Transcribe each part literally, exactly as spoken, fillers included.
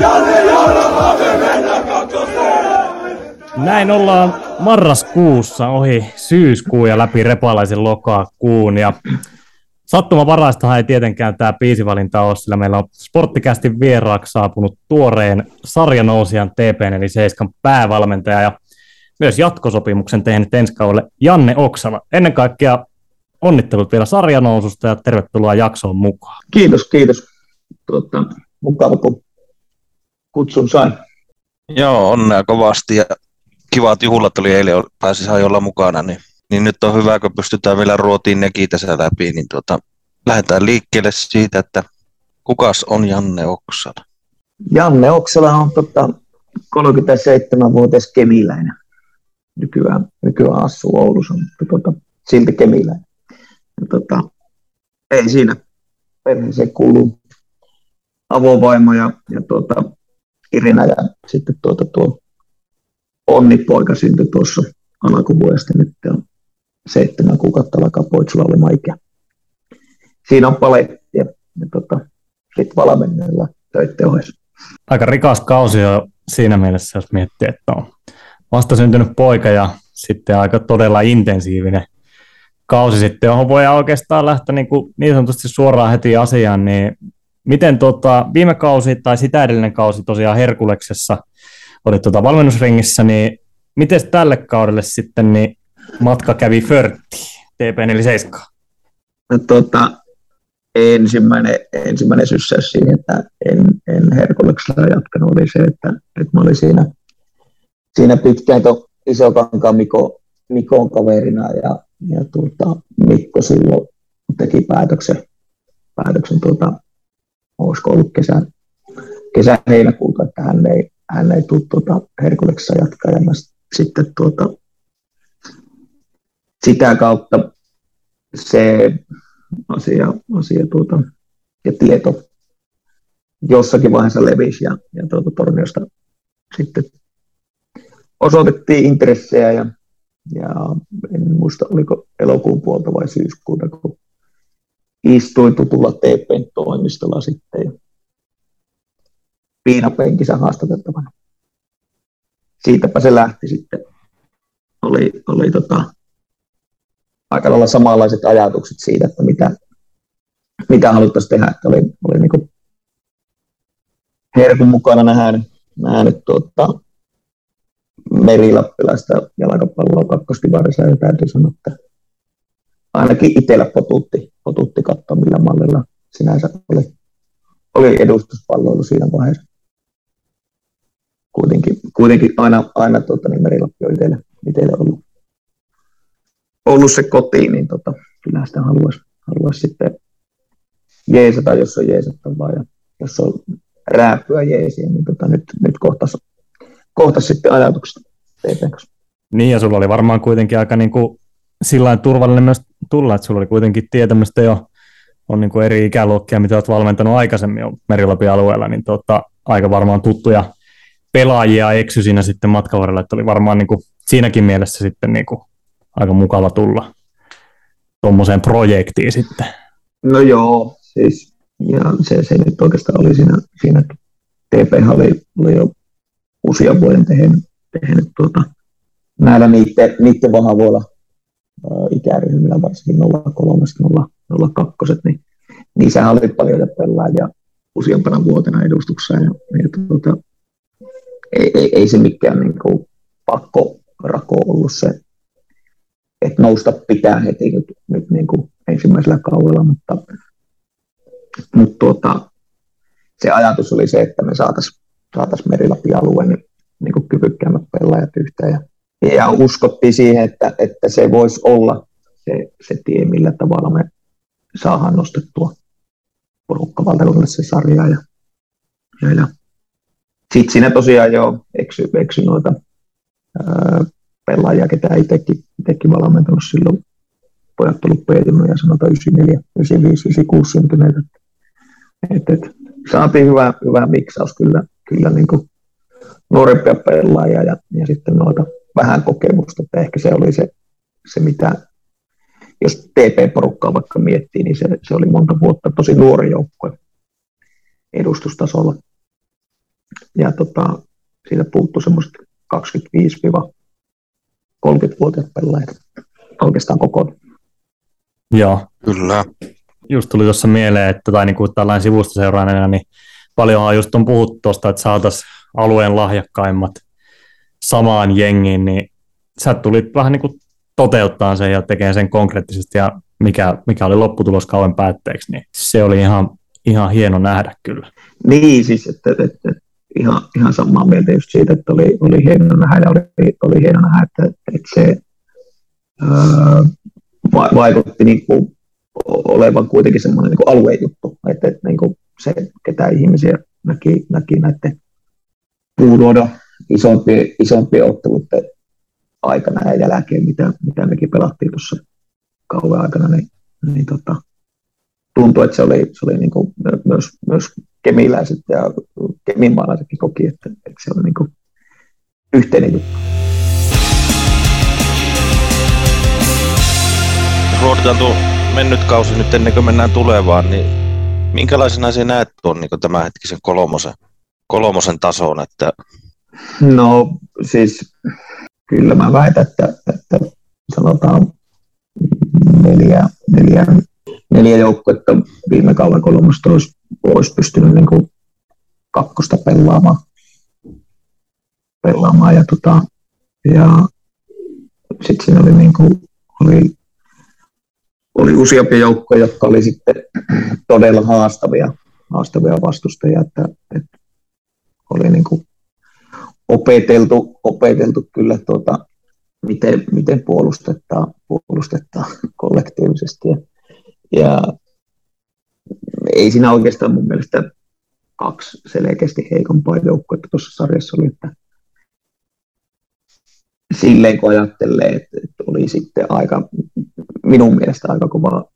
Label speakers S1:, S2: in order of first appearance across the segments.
S1: Näin ollaan marraskuussa ohi syyskuun ja läpi repalaisen lokakuun. Ja sattumavaraistahan ei tietenkään tämä biisivalinta ole, sillä meillä on Sporttikästin vieraaksi saapunut tuoreen sarjanousijan T P neljäkymmentäseitsemän päävalmentaja ja myös jatkosopimuksen tehnyt ensi kaudelle Janne Oksala. Ennen kaikkea onnittelut vielä sarjanoususta ja tervetuloa jaksoon mukaan.
S2: Kiitos, kiitos. Tuota, mukava, kun kutsun sain.
S3: Joo, onnea kovasti ja kivat juhlat oli eilen, pääsi sai olla mukana, niin, niin nyt on hyvä, kun pystytään vielä ruotiin nekin tässä läpi, niin tuota, lähdetään liikkeelle siitä, että kukas on Janne Oksala?
S2: Janne Oksala on tota, kolmekymmentäseitsemänvuotias kemiläinen. Nykyään, nykyään asuu Oulussa, mutta tota, silti kemiläinen. Ja, tota, ei siinä perheeseen kuuluu avovaimo ja, ja tuota, Irina ja sitten tuota, tuo Onni-poika syntyi tuossa alkuvuodesta. Nyt on seitsemän kuukautta alkaa poitsula olemaan ikä. Siinä on paletti ja, ja tota, sitten valmennella töitten ohessa.
S1: Aika rikas kausi on siinä mielessä, jos miettii, että on vasta syntynyt poika ja sitten aika todella intensiivinen kausi sitten, johon voi oikeastaan lähteä niin, kuin niin sanotusti suoraan heti asiaan, niin miten tota, viime kausi tai sitä edellinen kausi tosiaan Herkuleksessa olit tota valmennusringissä, niin miten tälle kaudelle sitten niin matka kävi Förttiin, T P neljäkymmentäseitsemän?
S2: No, tota, ensimmäinen, ensimmäinen syssäys siihen, että en, en Herkuleksella jatkanut, oli se, että, että mä olin siinä, siinä pitkään tuon Isokankaan Mikko, Mikon kaverina ja, ja tuota, Mikko silloin teki päätöksen, päätöksen tuota, olisiko ollut kesän, kesän heinäkuuta, että hän ei, hän ei tule tuota Herkuleksessa jatkaa. Ja mä sitten tuota, sitä kautta se asia, asia tuota, ja tieto jossakin vaiheessa levisi ja, ja tuota, Torniosta sitten osoitettiin intressejä ja, ja en muista oliko elokuun puolta vai syyskuuta, kun istui tutulla T P:n toimistolla sitten ja piinapenkissä haastateltavana. Siitäpä se lähti sitten. Oli, oli tota, aika lailla samanlaiset ajatukset siitä, että mitä, mitä haluttaisiin tehdä. Että oli, oli niin herkun mukana nähnyt, nähnyt tuota, merilappilaista jalkapalloa kakkostivarissa ja täytyy sanoa, että ainakin itsellä potutti, potutti katsoa, millä mallilla sinänsä oli, oli edustuspalloilu siinä vaiheessa. Kuitenkin, kuitenkin aina, aina tuota, niin Merilappi on itselle, itselle ollut, ollut se kotiin, niin tota, kyllähän sitä haluaisi, haluaisi sitten jeesata, jos on jeesattavaa ja jos on rääpyä jeesiä, niin tota, nyt, nyt kohtaisi kohtas sitten ajatukset T P:n kanssa.
S1: Niin ja sulla oli varmaan kuitenkin aika niin kuin sillain turvallinen myös tulla, että sulla oli kuitenkin tietämystä jo on niin kuin eri ikäluokkia, mitä olet valmentanut aikaisemmin jo Merilapin alueella, niin tota, aika varmaan tuttuja pelaajia eksy siinä sitten matkan varrella, että oli varmaan niin kuin siinäkin mielessä sitten niin kuin aika mukava tulla tuommoiseen projektiin sitten.
S2: No joo, siis ja se, se nyt oikeastaan oli siinä, siinä T P oli, oli jo usean vuoden tehnyt, tehnyt tuota, näillä niiden, niiden vahvoilla ikäryhmillä, varsinkin nolla kolme nolla kaksi, niin niissähän oli paljon ja pelaajia useampana vuotena edustuksessa. Ja, ja tuota, ei, ei, ei se mikään niin kuin pakko rako ollut se, että nousta pitää heti nyt, nyt niin kuin ensimmäisellä kaudella, mutta, mutta tuota, se ajatus oli se, että me saataisiin saatais Merilapin alueen niin, niin kuin kyvykkäämmät pelaajat yhteen. Ja, ja uskottiin siihen, että, että se voisi olla se, se tie, millä tavalla me saadaan nostettua porukkavaltakunnalle se sarja. Ja, ja, ja. Sitten siinä tosiaan jo eksy, eksy noita ää, pelaajia, ketä itsekin, itsekin valmentanut silloin. Pojat ollut P-junnoja ja sanotaan yhdeksänkymmentäneljä, yhdeksänkymmentäviisi, yhdeksänkymmentäkuusi syntyneitä. Et, et, saatiin hyvä, hyvä miksaus kyllä, kyllä niin kuin nuorempia pelaajia ja, ja sitten noita vähän kokemusta. Että ehkä se oli se, se mitä, jos T P-porukkaa vaikka miettii, niin se, se oli monta vuotta tosi nuori joukkue edustustasolla. ja tota, siitä puuttui semmoiset kaksikymmentäviisi–kolmekymmentävuotiaat pelaajat oikeastaan kokonaan.
S1: Joo.
S3: Kyllä.
S1: Just tuli tuossa mieleen, että tai niin kuin tällainen sivustoseuraajana, niin paljonhan just on puhuttu tuosta, että saataisiin alueen lahjakkaimmat samaan jengiin, niin sä tulit vähän niin kuin toteuttaa sen ja tekemään sen konkreettisesti, ja mikä, mikä oli lopputulos kauan päätteeksi, niin se oli ihan, ihan hieno nähdä kyllä.
S2: Niin, siis että, että, että ihan, ihan samaa mieltä just siitä, että oli, oli hieno nähdä, ja oli, oli hieno nähdä, että, että se ää, vaikutti niin kuin olevan kuitenkin semmoinen niin kuin alueen juttu, että, että niin kuin se, ketä ihmisiä näki, näki näiden puuruodon isompien, isompien otteluiden aikana ja jälkeen, mitä, mitä mekin pelattiin tuossa kauan aikana, niin, niin tota, tuntui, että se oli, se oli niin kuin myös, myös kemiläiset ja keminmaalaisetkin koki, että, että se oli niin kuin yhteinen juttu.
S3: Jos ruoditaan tuo mennyt kausi nyt ennen kuin mennään tulevaan, niin minkälaisena sinä näet tuon niin tämänhetkisen kolmosen, kolmosen tason? Että...
S2: No siis kyllä mä väitän, että, että sanotaan neljä, neljä, neljä joukkuetta viime kauden kolmosta olisi, olisi pystynyt niin kuin kakkosta pelaamaan. pelaamaan ja tota, ja sitten siinä oli, niin kuin, oli, oli useampia joukkoja, jotka oli sitten todella haastavia, haastavia vastustajia, että, että oli niin kuin opeteltu, opeteltu kyllä tuota, miten, miten puolustetaan, puolustetaan kollektiivisesti. Ja, ja ei siinä oikeastaan mun mielestä kaksi selkeästi heikompaa joukkoa tuossa sarjassa oli, että silleen kun ajattelee, että, että oli sitten aika, minun mielestä aika kova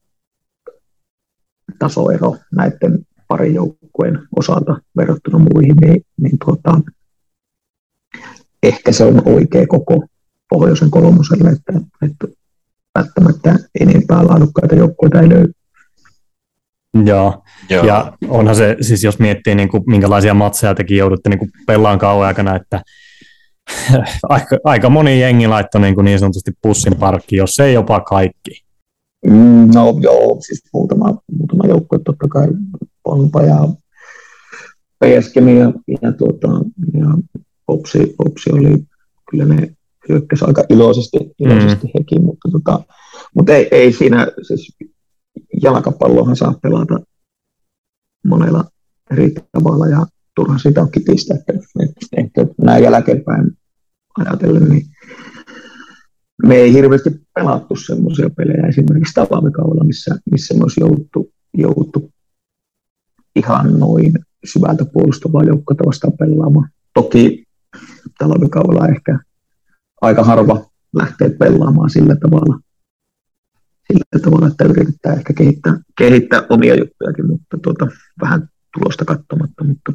S2: tasoero näiden parin joukkueen osalta verrattuna muihin, niin, niin tuota, ehkä se on oikea koko pohjoisen kolmoselle, että, että välttämättä enempää laadukkaita joukkueita ei löydy.
S1: Joo. Joo, ja onhan se, siis jos miettii niin kuin, minkälaisia matseja tekin joudutte niin kuin pelaan kauan aikana, että aika, aika moni jengi laittoi niin, niin sanotusti pussin parkkiin, jos ei jopa kaikki.
S2: Mm, no joo, siis muutama, muutama joukkue totta kai, Ponpa ja P S G ja, ja, tuota, ja Opsi, Opsi oli, kyllä ne hyökkäsi aika iloisesti, iloisesti mm. hekin, mutta, tota, mutta ei, ei siinä, siis jalkapallohan saa pelata monella eri tavalla ja turha siitä on kitistä, että, että, että näin jälkeenpäin ajatellen, niin me ei hirveästi pelattu semmoisia pelejä esimerkiksi talvikaudella, missä, missä me olisi jouduttu, jouduttu ihan noin syvältä puolustavaa joukkoa vastaan pelaamaan. Toki talvikaudella ehkä aika harva lähtee pelaamaan sillä tavalla, sillä tavalla että yritetään ehkä kehittää, kehittää omia juttujakin, mutta tuota, vähän tulosta katsomatta, mutta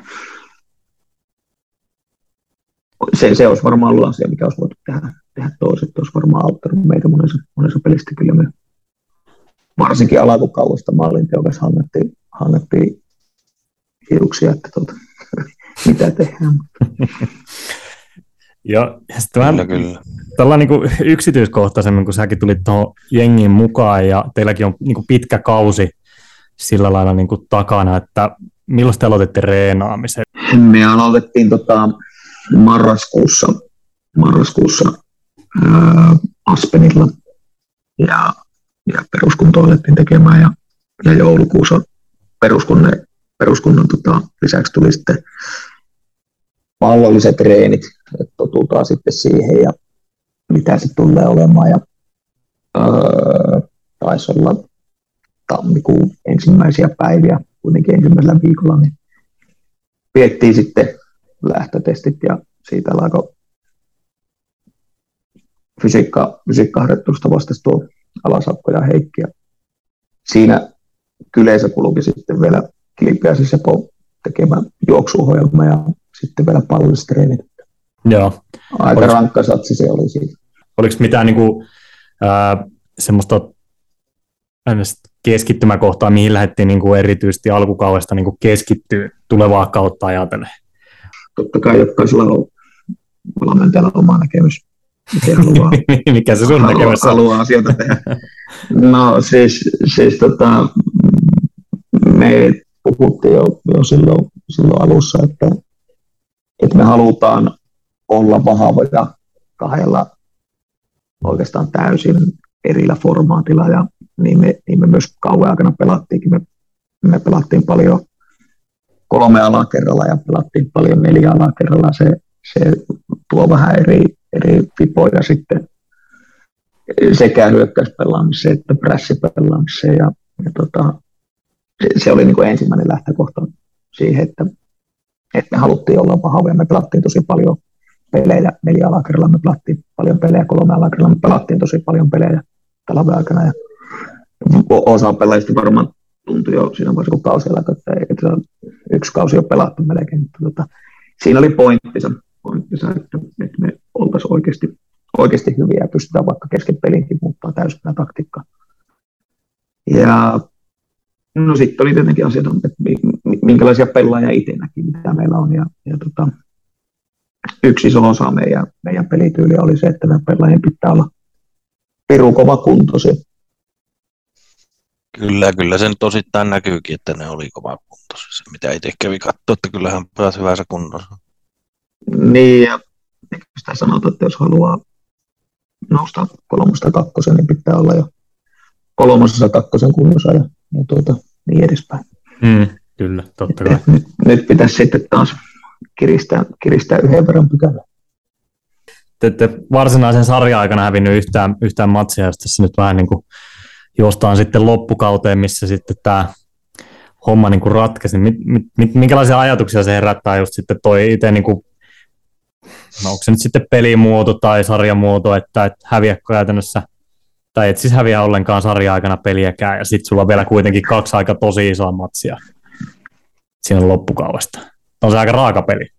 S2: se, se olisi varmaan ollut asia, mikä olisi voitu tehdä, tehdä toiset, olisi varmaan auttanut meitä monessa, monessa pelistä kyllä me varsinkin alkukaudesta maalinteokas hannettiin, hannettiin hiuksia, että tuota, mitä tehdään.
S1: Joo, ja sitten vähän tällainen niin yksityiskohtaisemmin, kun säkin tulit tuohon jengiin mukaan ja teilläkin on niin kuin pitkä kausi sillä lailla niin kuin takana, että milloin te aloititte reenaamisen?
S2: Me aloitettiin tota, marraskuussa, marraskuussa ää, Aspenilla ja, ja peruskunto alettiin tekemään ja, ja joulukuussa peruskunnan, peruskunnan tota, lisäksi tuli sitten pallolliset treenit, että totutaan sitten siihen ja mitä se tulee olemaan ja öö, taisi olla tammikuun ensimmäisiä päiviä, kuitenkin ensimmäisellä viikolla, niin piettiin sitten lähtötestit ja siitä alkoi fysiikka, fysiikkaharjoittelusta vastasi tuo Alasakko ja Heikki. Ja siinä kyleensä kulki sitten vielä Kilpiäisen Sepo tekemään juoksuohjelma ja sitten vielä pallollistreenit.
S1: Joo.
S2: Aika Olis... rankka satsi se oli siitä.
S1: Oliko mitään niinku, äh, semmoista keskittymäkohtaa, mihin lähdettiin niinku erityisesti alkukaudesta niinku keskittyä tulevaa kautta ajatellen?
S2: totta kai jokaisella on valmentajalla oma näkemys, miten haluaa,
S1: mikä se sun
S2: haluaa,
S1: näkemys on?
S2: haluaa asioita tehdä. No siis, siis tota, me puhuttiin jo, jo silloin, silloin alussa, että, että me halutaan olla vahvoja kahdella oikeastaan täysin erillä formaatilla, ja niin me, niin me myös kauan aikana pelattiinkin. Me, me pelattiin paljon kolme alaa kerralla ja pelattiin paljon neljä alaa kerralla. Se, se tuo vähän eri, eri vipoja sitten sekä hyökkäyspelaamiseen että prässipelaamiseen. Ja, ja tota, se, se oli niin kuin ensimmäinen lähtökohta siihen, että, että me haluttiin olla vahvoja. Me pelattiin tosi paljon pelejä neljä alakerralla, me pelattiin paljon pelejä kolme alakerralla, me pelattiin tosi paljon pelejä talven aikana. Ja osa pelaajista varmaan tuntui jo siinä vaiheessa, kun kausi alkoi, että yksi kausi on pelattu melkein. Mutta tota, siinä oli pointtinsa, pointtinsa että, että me oltaisiin oikeasti, oikeasti hyviä ja pystytään vaikka kesken pelinkin muuttaa täysin tämä taktiikka. Ja no sitten oli tietenkin asiat, että minkälaisia pelaajia itse näki, mitä meillä on. Ja, ja tota, yksi iso osa meidän, meidän pelityyliä oli se, että meidän pelaajien pitää olla pirun kova kuntoisia.
S3: Kyllä, kyllä se nyt osittain näkyykin, että ne oli kova kuntoisia. Se mitä itse kävi katsoa, että kyllähän pääsi hyvässä kunnossa.
S2: Niin, ja ehkä sitä sanotaan, että jos haluaa nousta kolmosta kakkosen, niin pitää olla jo kolmosessa kakkosen kunnossa ja, ja tuota, niin edespäin.
S1: Mm, kyllä, totta kai.
S2: Nyt, nyt pitäisi sitten taas kiristää, kiristää yhden verran pykälää.
S1: Te ette varsinaisen sarja-aikana hävinnyt yhtään, yhtään matsia, jos tässä nyt vähän niin kuin jostain sitten loppukauteen, missä sitten tämä homma niin kuin ratkaisi. Mit, mit, minkälaisia ajatuksia se herättää just sitten toi itse, niin kuin, no onko se nyt sitten pelimuoto tai sarjamuoto, että et häviä käytännössä, tai et siis häviä ollenkaan sarja-aikana peliäkään, ja sitten sulla on vielä kuitenkin kaksi aika tosi isoa matsia siinä loppukaudesta. On se aika raaka peli.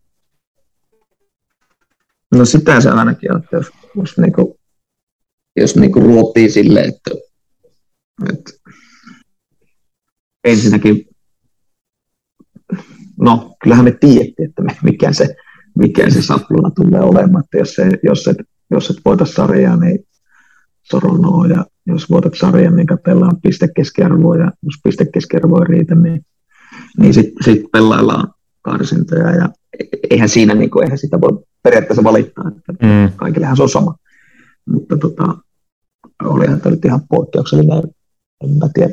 S2: No sitä se ainakin on, että jos, jos, niinku, jos niinku ruotii silleen, että, että ensinnäkin, no kyllähän me tiedettiin, että mikä se, mikä se sapluna tulee olemaan, että jos, se, jos, et, jos et voita sarjaa, niin soronoo, ja jos voitat sarjan, niin katsellaan pistekeskiarvoa, ja jos pistekeskiarvoa ei riitä, niin, niin sitten sit pelaillaan karsintoja, ja eihän siinä niinku, eihän sitä voi periaatteessa valittaa, että mm. kaikillehan se on sama. Mutta tota, olihan tämä nyt ihan poikkeuksellinen, en mä tiedä,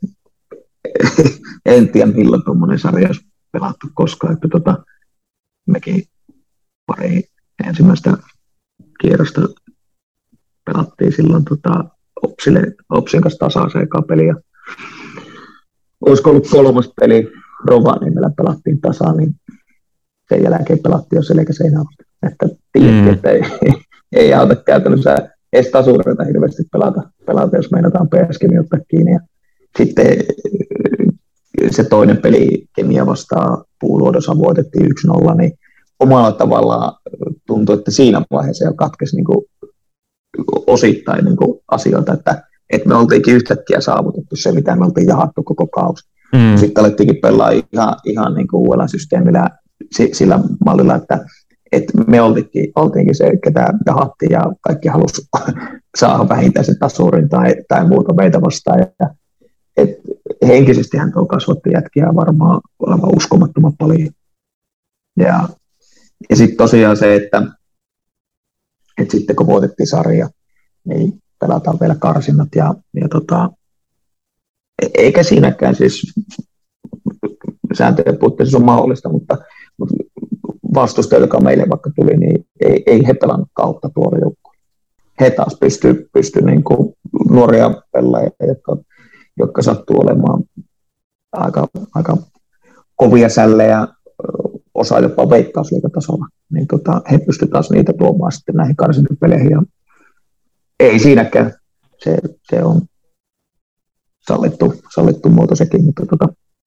S2: en tiedä milloin tuommoinen sarja olisi pelattu koskaan, että tota, mekin pari ensimmäistä kierrosta pelattiin silloin tota, Opsille, Opsin kanssa tasaiseen peliin, ja olisiko ollut kolmas peli Rovaniemellä pelattiin tasaan, niin sen jälkeen pelattiin jo selkäseinään, että tiedettiin, mm. että ei, ei auta käytännössä edes tasureita hirveästi pelata, pelata, jos meinataan P S Kemi ottaa kiinni. Ja sitten se toinen peli Kemiä vastaan Puuluodossa voitettiin yksi nolla, niin omalla tavallaan tuntui, että siinä vaiheessa jo katkesi niin kuin osittain niin kuin asioita, että, että me oltiinkin yhtäkkiä saavutettu se, mitä me oltiin jahattu koko kausi. Mm. Sitten alettiinkin pelaa ihan, ihan niin kuin uudella systeemillä sillä mallilla, että, että me oltiinkin, oltiinkin se, ketä jahattiin ja kaikki halusi saada vähintään sen tasurin tai, tai muuta meitä vastaan. Ja, et henkisesti hän tuo kasvatti jätkiä varmaan aivan uskomattoman paljon. Ja, ja sitten tosiaan se, että, että sitten kun voitettiin sarja, niin pelataan vielä karsinnat ja, ja tota, eikä siinäkään siis sääntöjen puutteessa on mahdollista, mutta, mutta vastustaja, joka meille vaikka tuli, niin ei, ei he pelannut kautta tuolla joukkoon. He taas pystyy, pystyy niin kuin nuoria pelaajia, jotka, jotka sattuu olemaan aika, aika kovia sällejä, osa jopa veikkausliigatasolla, niin tota, he pystyvät taas niitä tuomaan sitten näihin karsintapeleihin. Ja ei siinäkään, se, se on sallittu, sallittu muoto sekin, mutta tota,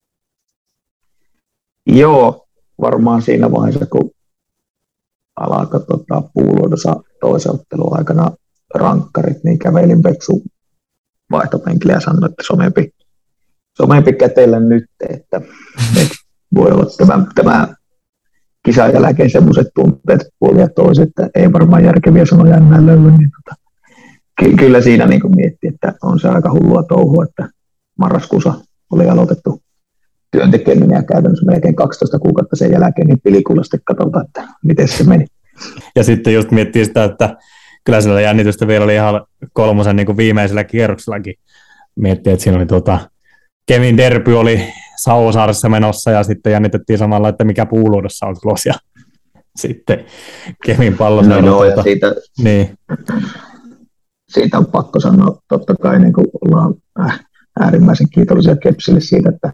S2: joo, varmaan siinä vaiheessa, kun alkaa tota, Puuluodossa toisen ottelun aikana rankkarit, niin kävelin Peksun vaihtopenkille ja sanoin, että somempi, somempi käteillä nyt, että, että voi olla tämä, tämä, kisan jälkeen semmoiset tunteet puoli ja toiset, että ei varmaan järkeviä sanoja enää löydy, niin tota, ky- kyllä siinä niin kuin mietti, että on se aika hullua touhua, että marraskuussa oli aloitettu työn tekeminen ja käytännössä melkein kaksitoista kuukautta sen jälkeen, niin pilikullasti katsotaan, että miten se meni.
S1: Ja sitten just miettii sitä, että kyllä sillä jännitystä vielä oli ihan kolmosen niin kuin viimeisellä kierroksellakin. Miettii, että siinä oli tuota, Kemin derby oli Sauvosaaressa menossa ja sitten jännitettiin samalla, että mikä puuluodossa on tulos ja sitten Kemin palloseura.
S2: No joo,
S1: tuota,
S2: ja siitä,
S1: niin.
S2: siitä on pakko sanoa, totta kai niin kuin ollaan äärimmäisen kiitollisia Kepsille siitä, että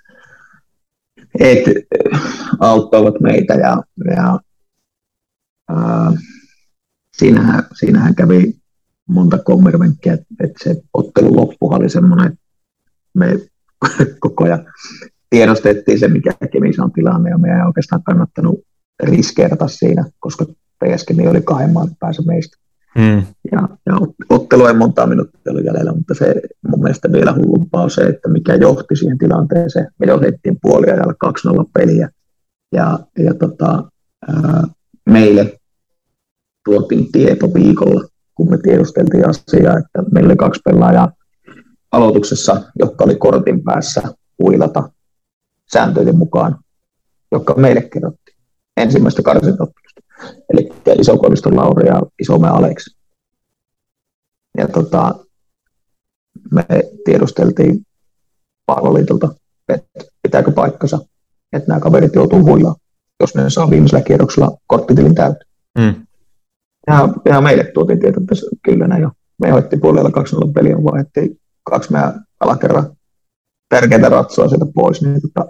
S2: et auttoivat meitä ja, ja ää, siinähän, siinähän kävi monta kommervenkkiä, että, että se ottelun loppuhan oli semmoinen, että me koko ajan tiedostettiin se, mikä Kemissä on tilanne ja meidän ei oikeastaan kannattanut riskeerata siinä, koska P S G oli kahden maan päässä meistä. Mm. Ja, ja ottelu ei montaa minuuttia ollut jäljellä, mutta se mun mielestä vielä hullumpaa on se, että mikä johti siihen tilanteeseen. Me johdettiin puoliajalla kaksi nolla peliä ja, ja tota, ää, meille tuotiin tieto viikolla, kun me tiedusteltiin asiaa, että meillä oli kaksi pelaajaa aloituksessa, jotka oli kortin päässä huilata sääntöjen mukaan, jotka meille kerrottiin ensimmäistä karsintaottelusta. Eli Isokoiviston Lauri ja Isomäen Aleksi. Ja tota, me tiedusteltiin Palloliitolta, että pitääkö paikkansa, että nämä kaverit joutuu huilaan, jos ne saa viimeisellä kierroksella korttitilin täyteen. Mm. Ja, ja meille tuotiin tieto, että kyllä näin jo. Me hoittiin puolella kaksi nolla peliä, vaihdettiin kaksi meidän alakerran tärkeintä ratsoa sieltä pois. Niin, tota,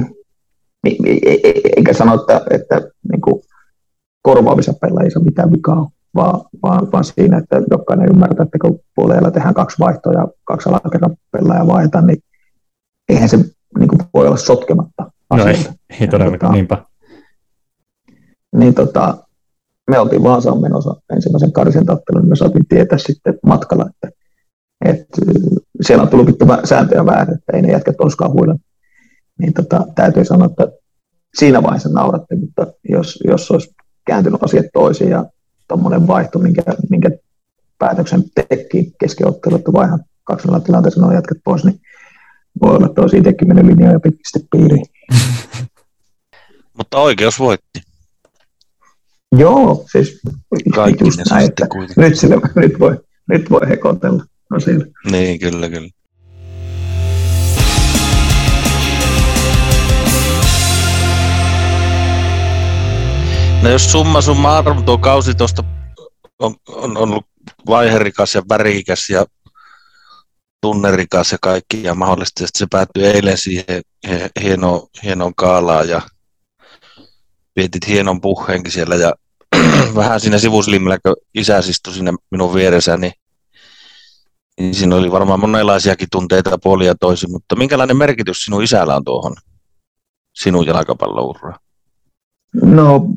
S2: eikä sano, että, että niin kuin korvaavissa pelaajissa mitään vikaa on, vaan, vaan, vaan siinä, että jokainen ymmärtää, että kun puolella tehdään kaksi vaihtoa ja kaksi alakerran pelaajaa vaihdetaan, niin eihän se niin kuin voi olla sotkematta asioita.
S1: No ei, ei todellakaan, tota, niinpä.
S2: Niin tota, me oltiin Vaasaan menossa ensimmäisen karsintaottelun, niin me saatiin tietää sitten matkalla, että, että siellä on tullut vittu sääntöjä väärin, että ei ne jätkät olisikaan huilannut. Niin tota, täytyy sanoa, että siinä vaiheessa nauratti, mutta jos, jos olisi kääntynyt asiat toisiin ja tuommoinen vaihto, minkä, minkä päätöksen teki keskiottelu, että vaihan kaksi nolla tilanteessa nuo jätkät pois, niin voi olla, että olisi itsekin mennyt linjaa ja pitkisti piiriin.
S3: Mutta oikeus voitti.
S2: Joo, siis
S3: kaikki
S2: just näin, että nyt, sille, nyt, voi, nyt voi hekotella asialle.
S3: Niin, kyllä, kyllä. No jos summa summarum tuo kausi tuosta on, on, on ollut vaiherikas ja värikäs ja tunnerikas ja kaikki ja mahdollisesti se päättyi eilen siihen hienoon, hienoon kaalaan ja vietit hienon puheenkin siellä ja vähän siinä sivusilmillä, kun isä istui siinä minun vieressä, niin, niin siinä oli varmaan monenlaisiakin tunteita puolin ja toisin, mutta minkälainen merkitys sinun isällä on tuohon sinun jalkapallouraan?
S2: No,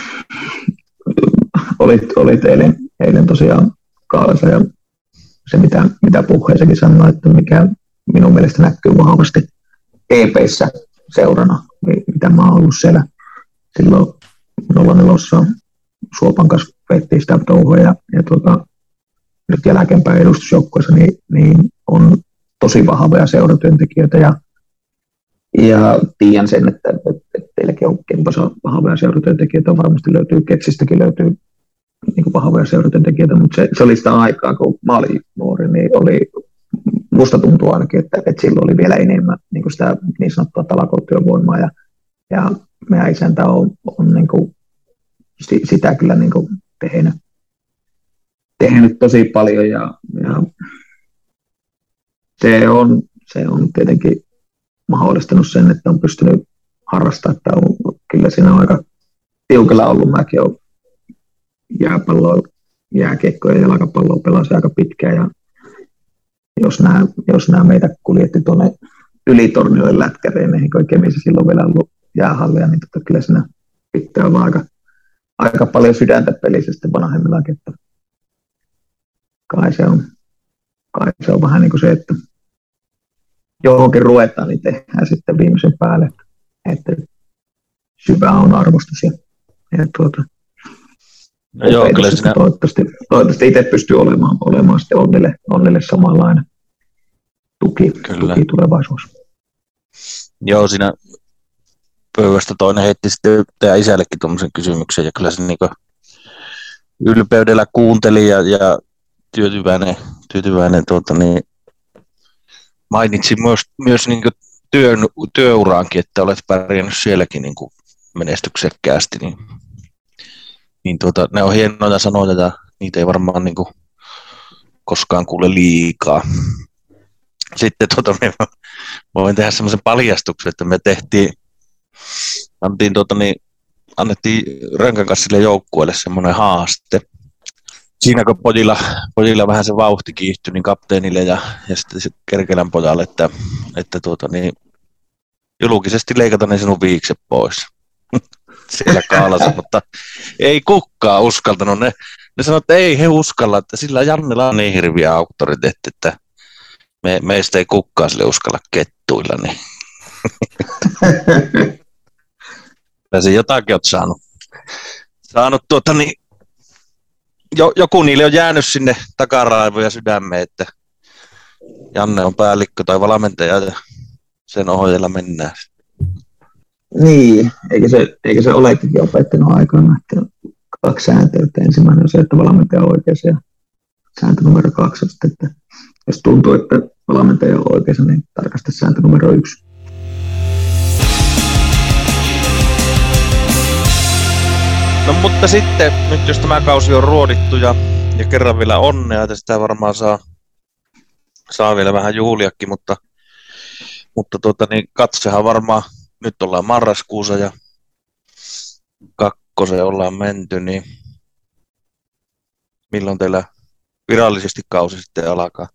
S2: olit, olit eilen, eilen tosiaan kaalassa ja se mitä, mitä puheessakin sanoi, että mikä minun mielestä näkyy vahvasti E P:ssä seurana, mitä mä oon ollut siellä silloin nolla nelossa Suopan kanssa veettiin sitä touhua ja, ja tuota, nyt jälkeenpäin edustusjoukkueessa niin, niin on tosi vahvoja seuratyöntekijöitä ja, ja tiedän sen, että, että, että teilläkin on Kempassa vahvoja seuratyöntekijöitä, varmasti löytyy Ketsistäkin löytyy niin vahvoja seuratyöntekijöitä, mutta se, se oli sitä aikaa, kun mä olin nuori, niin oli, musta tuntuu ainakin, että, että silloin oli vielä enemmän niin kuin sitä niin sanottua talakootyövoimaa ja, ja meidän isäntä on, on niin kuin, sitä kyllä niin kuin tehnyt, tehnyt tosi paljon ja, ja se, on, se on tietenkin mahdollistanut sen, että on pystynyt harrastamaan, että on, kyllä siinä on aika tiukalla ollut. Mäkin olen jääpalloa, jääkiekkoa ja jalkapalloa pelasin aika pitkään ja jos nämä, jos nämä meitä kuljetti tuonne ylitornioille lätkäreihin, kun Kemissä silloin vielä ollut jäähallia, niin tota, kyllä siinä pitää olla aika, aika paljon sydäntä pelissä sitten vanhemmillakin, että kai se on, kai se on vähän niin kuin se, että johonkin ruvetaan, niin tehdään sitten viimeisen päälle, että syvä on arvostus ja, ja tuota,
S3: no joo, kyllä siinä...
S2: toivottavasti, toivottavasti itse pystyy olemaan, olemaan sitten Onnille, Onnille samanlainen tuki, tuki tulevaisuudessa.
S3: Joo, siinä pöydästä toinen heitti sitten teidän isällekin tuommoisen kysymyksen, ja kyllä se niin ylpeydellä kuunteli ja, ja tyytyväinen, tyytyväinen tuota, niin mainitsi myös, myös niin työn, työuraankin, että olet pärjännyt sielläkin niin menestyksekkäästi, niin, niin tuota, ne on hienoja sanoja ja niitä ei varmaan niin koskaan kuule liikaa. Sitten tuota, me voin tehdä semmoisen paljastuksen, että me tehtiin, antiin, tuota, niin, annettiin Rönkän kanssa sille joukkueelle semmoinen haaste. Siinä kun pojilla, pojilla vähän se vauhti kiihtyi, niin kapteenille ja, ja sitten sit Kerkelän pojalle, että, että tuota, niin, julkisesti leikata ne sinun viikset pois. Siellä kaalassa, mutta ei kukaan uskaltanut. Ne, ne sanoi, että ei he uskalla, että sillä Jannella on niin hirviä auktoriteetti, että me, meistä ei kukaan sille uskalla kettuilla. Niin. Sä jotakin olet saanut. saanut tuota, niin, jo, joku niille on jäänyt sinne takaraivoon ja sydämeen, että Janne on päällikkö tai valmentaja ja sen ohjeella mennään.
S2: Niin, eikä se, eikä se olekin opettanut aikoina, että kaksi sääntöä, että ensimmäinen on se, että valmentaja on oikeassa ja sääntö numero kaksi on sitten, että jos tuntuu, että valmentaja on oikeassa, niin tarkasta sääntö numero yksi.
S3: No mutta sitten, nyt jos tämä kausi on ruodittu ja, ja kerran vielä onnea, että sitä varmaan saa, saa vielä vähän juhliakin, mutta, mutta tuota, niin katsehan varmaan, nyt ollaan marraskuussa ja kakkosen ollaan menty, niin milloin teillä virallisesti kausi sitten alkaa?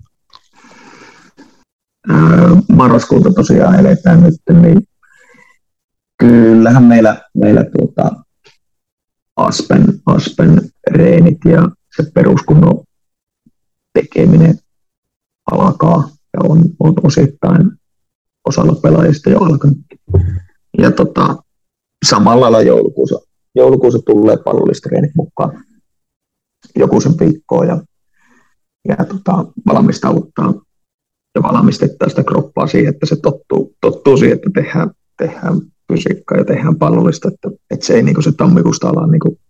S2: Marraskuuta tosiaan eletään nyt, niin kyllähän meillä, meillä tuota Aspen, Aspen reenit ja se peruskunnon tekeminen alkaa ja on, on osittain osalla pelaajista jo alkanut. Ja tota, samalla lailla joulukuussa, joulukuussa tulee pallollistreenit mukaan joku sen viikkoa ja, ja tota, valmistauttaa ja valmistettaa sitä kroppaa siihen, että se tottuu, tottuu siihen, että tehdään, tehdään fysiikkaa ja tehdään pallollista, että, että se ei niin kuin se tammikuusta ala niin kuin,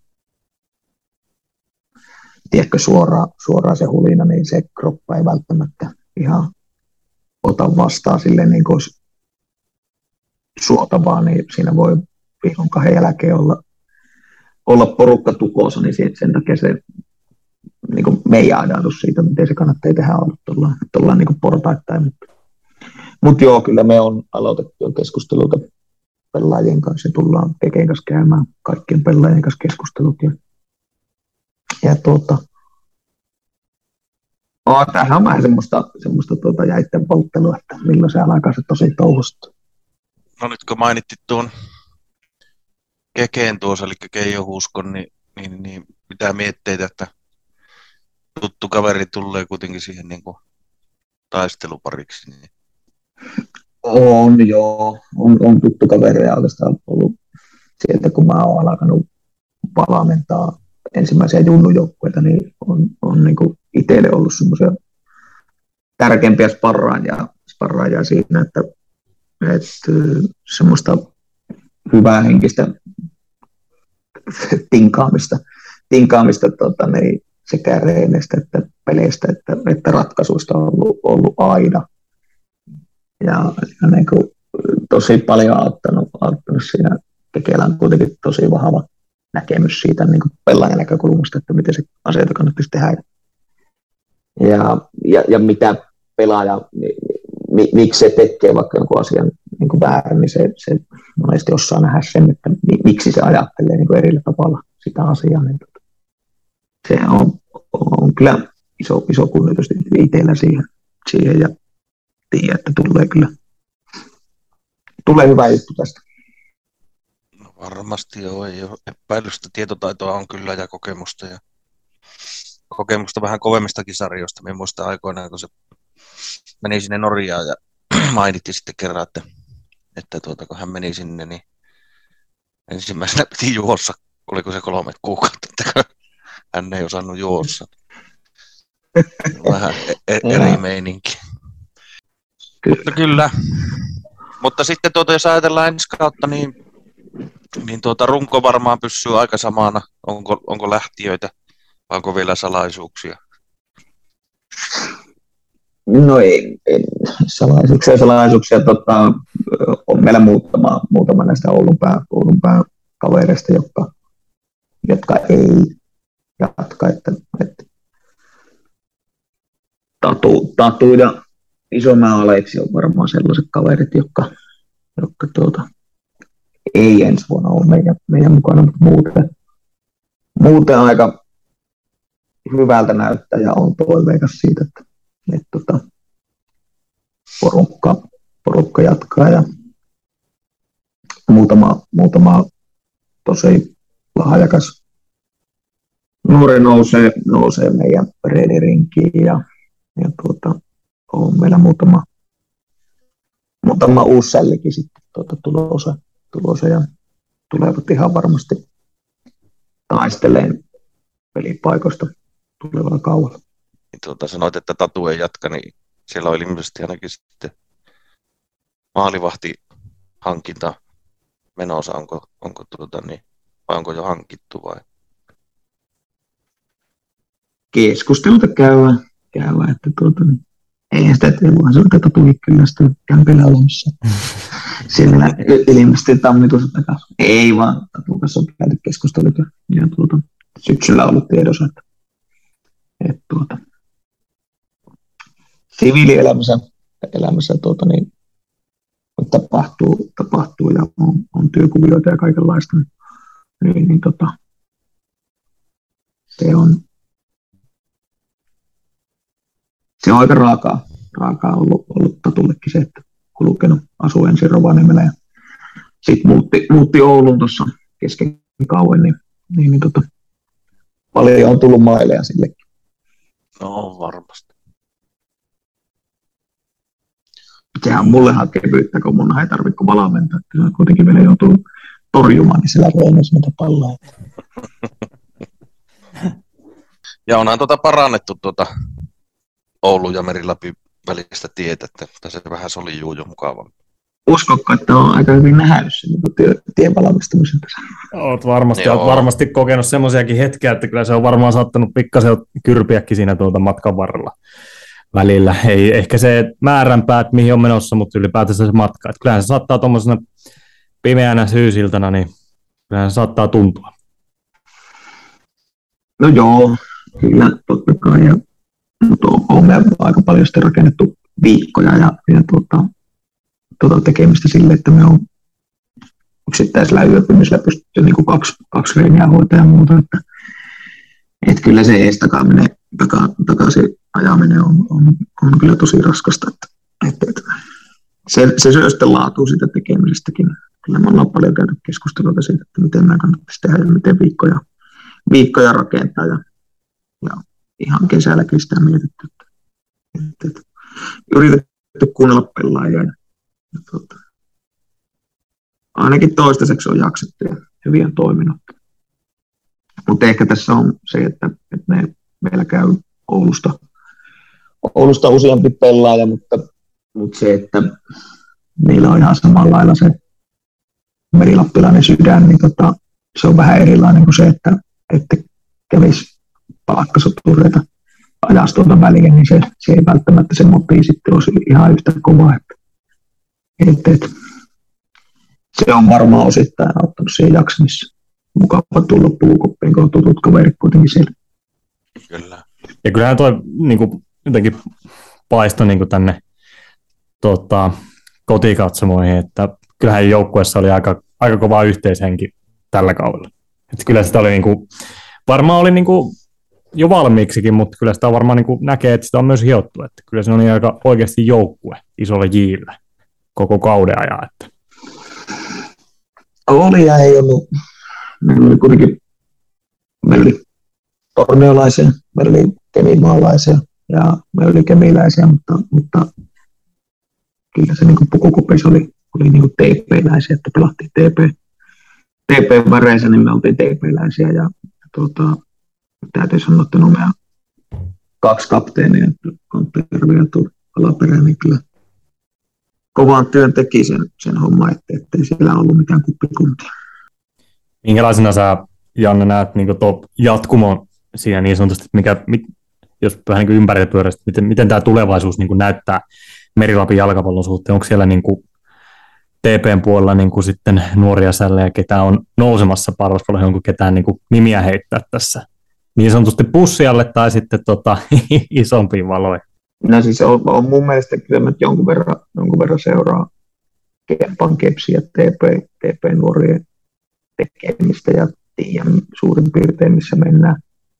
S2: tiedätkö, suoraan, suoraan se hulina, niin se kroppa ei välttämättä ihan ota vastaan silleen niin kuin suotavaa, niin siinä voi viikon kahden jälkeen olla, olla porukka tukossa, niin sen takia se niin kuin meidän ajatus siitä, miten se kannattaa tehdä olla tuolla, tuolla niin kuin portaittain. Mutta, mutta joo, kyllä me on aloitettu jo keskusteluita pelaajien kanssa ja tullaan Kekeen kanssa käymään kaikkien pelaajien kanssa keskustelut. Ja, ja tuota, oh, tämähän on vähän semmoista, semmoista tuota jäitten polttelua, että milloin se alkaa se tosi touhusta.
S3: No nyt kun mainittit tuon Kekeen tuossa, eli Keijo Huuskon, niin, niin, niin pitää miettiä, että tuttu kaveri tulee kuitenkin siihen niin kuin taistelupariksi. Niin.
S2: On joo, on, on tuttu kaveri ja oikeastaan ollut sieltä, kun mä oon alkanut valmentaa ensimmäisiä junnujoukkueita, niin on, on niin kuin itselle ollut semmoisia tärkeimpiä sparraajia, sparraajia siinä, että, että semmoista hyvää henkistä tinkaamista, tinkaamista tota, niin sekä reeneistä että peleistä että, että ratkaisuista on ollut, ollut aina. Ja, ja niin kuin, tosi paljon auttanut, auttanut siinä. Kekeellä on kuitenkin tosi vahva näkemys siitä niin kuin pelaajan näkökulmasta, että miten se asioita kannattaisi tehdä. Ja, ja, ja mitä pelaaja, mi, miksi se tekee vaikka jonkun asian niin kuin väärin, niin se, se monesti osaa nähdä sen, että miksi se ajattelee niin kuin eri tavalla sitä asiaa. Niin se on, on kyllä iso, iso kunnioitus itsellä siihen, siihen ja tiedä, että tulee kyllä tulee hyvä juttu tästä.
S3: No varmasti joo, ei ole epäilystä. Tietotaitoa on kyllä ja kokemusta ja kokemusta vähän kovemmistakin sarjoista. Minä muistan aikoinaan, kun se meni sinne Norjaan ja mainitti sitten kerran, että, että tuota, kun hän meni sinne, niin ensimmäisenä piti juossa, oliko se kolme kuukautta, että hän ei osannut juossa. Vähän e- eri meininki. Kyllä. Mutta kyllä. Mutta sitten tuota, jos ajatellaan ensi kautta, niin, niin tuota, runko varmaan pysyy aika samana. Onko, onko lähtiöitä vai onko vielä salaisuuksia?
S2: No ei, ei salaisuuksia, salaisuuksia. Tota, on meillä muutama, muutama näistä Oulun, pää, Oulun pää kavereista, jotka, jotka ei jatka. Että, että tatu, tatu ja Isomäen Aleksi on varmaan sellaiset kaverit, jotka, jotka tuota, ei ensi vuonna ole meidän, meidän mukana, mutta muuten, muuten aika hyvältä näyttää ja on toiveikas siitä, että, että, että tota, porukka, porukka jatkaa ja muutama, muutama tosi lahjakas nuori nousee, nousee meidän reedirinkiin ja, ja tuota, on meillä muutama, muutama uusi sällikin sitten tuota, tulossa, tulossa ja tulevat ihan varmasti taisteleen pelipaikoista tulevalla kaudella.
S3: Tuota, sanoit, että Tatu ei jatka, niin siellä oli ilmeisesti ainakin sitten maalivahtihankinta menossa, onko, onko, tuota, niin, vai onko jo hankittu vai?
S2: Keskusteluta käydään, käydään että tuota, niin, eihän sitä tee, vaan se on tätä tuli kyllä sitä kämpillä olemassa. Siellä ilmeisesti tammikuussa takaisin. Ei vaan, Tatun kanssa on käyty keskustelut ja, ja tuota, syksyllä on ollut tiedossa, että, että tuota, siviilielämässä elämässä, tuota, niin, tapahtuu, tapahtuu ja on, on työkuvioita ja kaikenlaista, niin, niin tota, se on se on aika raakaa, raakaa ollut, ollut Tatullekin se, että kulkenut asuu ensin Rovaniemellä ja sitten muutti, muutti Ouluun tuossa kesken kauan, niin, niin, niin tota, paljon on tullut maileja sillekin.
S3: No varmasti.
S2: Sehän mullehan kevyyttä, kun mun ei tarvitse kuin valmentaa, että se on kuitenkin vielä joutunut torjumaan, niin sillä reenassa mitä palloa.
S3: Ja onhan tuota parannettu tuota Oulun ja Meriläpi välistä tietä, että se vähän soljuu jo mukavammin.
S2: Uskokko, että on aika hyvin nähnyt sen niin tien valmistamisen tässä?
S1: Olet varmasti, olet varmasti kokenut semmoisiakin hetkiä, että kyllä se on varmaan saattanut pikkasen kyrpiäkin siinä tuolta matkan varrella välillä. Ei ehkä se määränpäät, mihin on menossa, mutta ylipäätänsä se matka. Että kyllähän se saattaa tuommoisena pimeänä syysiltana, niin kyllähän se saattaa tuntua.
S2: No joo, kyllä totta kai. Ja, mutta on me aika paljon sitten rakennettu viikkoja ja, ja tuota, tuota tekemistä sille, että me on yksittäisellä yöpymisellä pystytty niin kuin kaksi, kaksi reeniä hoitaa ja muuta. Että, että kyllä se ees takaaminen, taka, takaisin ajaminen on, on, on kyllä tosi raskasta. Että, että, että se, se syö sitten laatua siitä tekemisestäkin. Kyllä me ollaan paljon käynyt keskustelua siitä, että miten nämä kannattaisi tehdä ja miten viikkoja, viikkoja rakentaa. Ja, ja ihan kesälläkin sitä mietitty, että, että, että yritetty kuunnella pelaajia. Ja, ja tuota, ainakin toistaiseksi on jaksettu ja hyvin on toiminut. Mutta ehkä tässä on se, että, että me, meillä käy Oulusta, Oulusta useampi pelaaja, mutta, mutta se, että meillä on ihan samalla lailla se merilappilainen sydän, niin tota, se on vähän erilainen kuin se, että, että kävisi palkkasotureita ajasta tuolta väliin, niin se, se ei välttämättä se motii sitten olisi ihan yhtä kova. Että, että, että se on varmaan osittain auttanut siihen jaksamisessa. Mukava tulla puukoppiin, kun on tutut kaverit kuitenkin siellä.
S3: Kyllä.
S1: Ja kyllähän toi niin kuin, jotenkin paistoi niin kuin tänne tota, kotikatsomoihin, että kyllähän joukkueessa oli aika, aika kova yhteishenki tällä kaudella. Että kyllä sitä oli niin kuin, varmaan oli niin kuin jo valmiiksikin, mutta kyllä sitä varmaan niin kuin näkee, että sitä on myös hiottu. Että kyllä se on aika oikeasti joukkue isolle Jille koko kauden ajan. Että.
S2: Oli ja ei ollut. Meillä oli kuitenkin meillä oli torneolaisia, meillä oli kemimaalaisia ja meillä oli kemiläisiä, mutta, mutta kyllä se niin pukukopeissa oli, oli niin T P-läisiä, että pelattiin T P, T P-väreissä, niin me oltiin T P-läisiä ja tuota, täytyy sanoa, että no meidän kaksi kapteenia, Konttajärvi ja Tur Alaperä, niin kyllä kovaan työn teki sen, sen homman, että ettei siellä ollut mitään kuppikuntia.
S1: Minkälaisena sä, Janne, näet niin tuo jatkumo siinä niin sanotusti, että mikä, mit, jos vähän niin ympäripyöräistä, miten, miten tämä tulevaisuus niin näyttää Meri-Lapin jalkapallon suhteen? Onko siellä niin kuin T P:n puolella niin kuin sitten nuoria sällejä, ketä on nousemassa parvaspuolella, onko ketään niin kuin nimiä heittää tässä niin sanotusti pussialle tai sitten tota, isompiin valoihin?
S2: No siis on, on mun mielestä kyllä että jonkun verran, jonkun verran seuraa Kempan Kepsiä T P, T P-nuorien tekemistä ja tiedän suurin piirtein, missä mennään.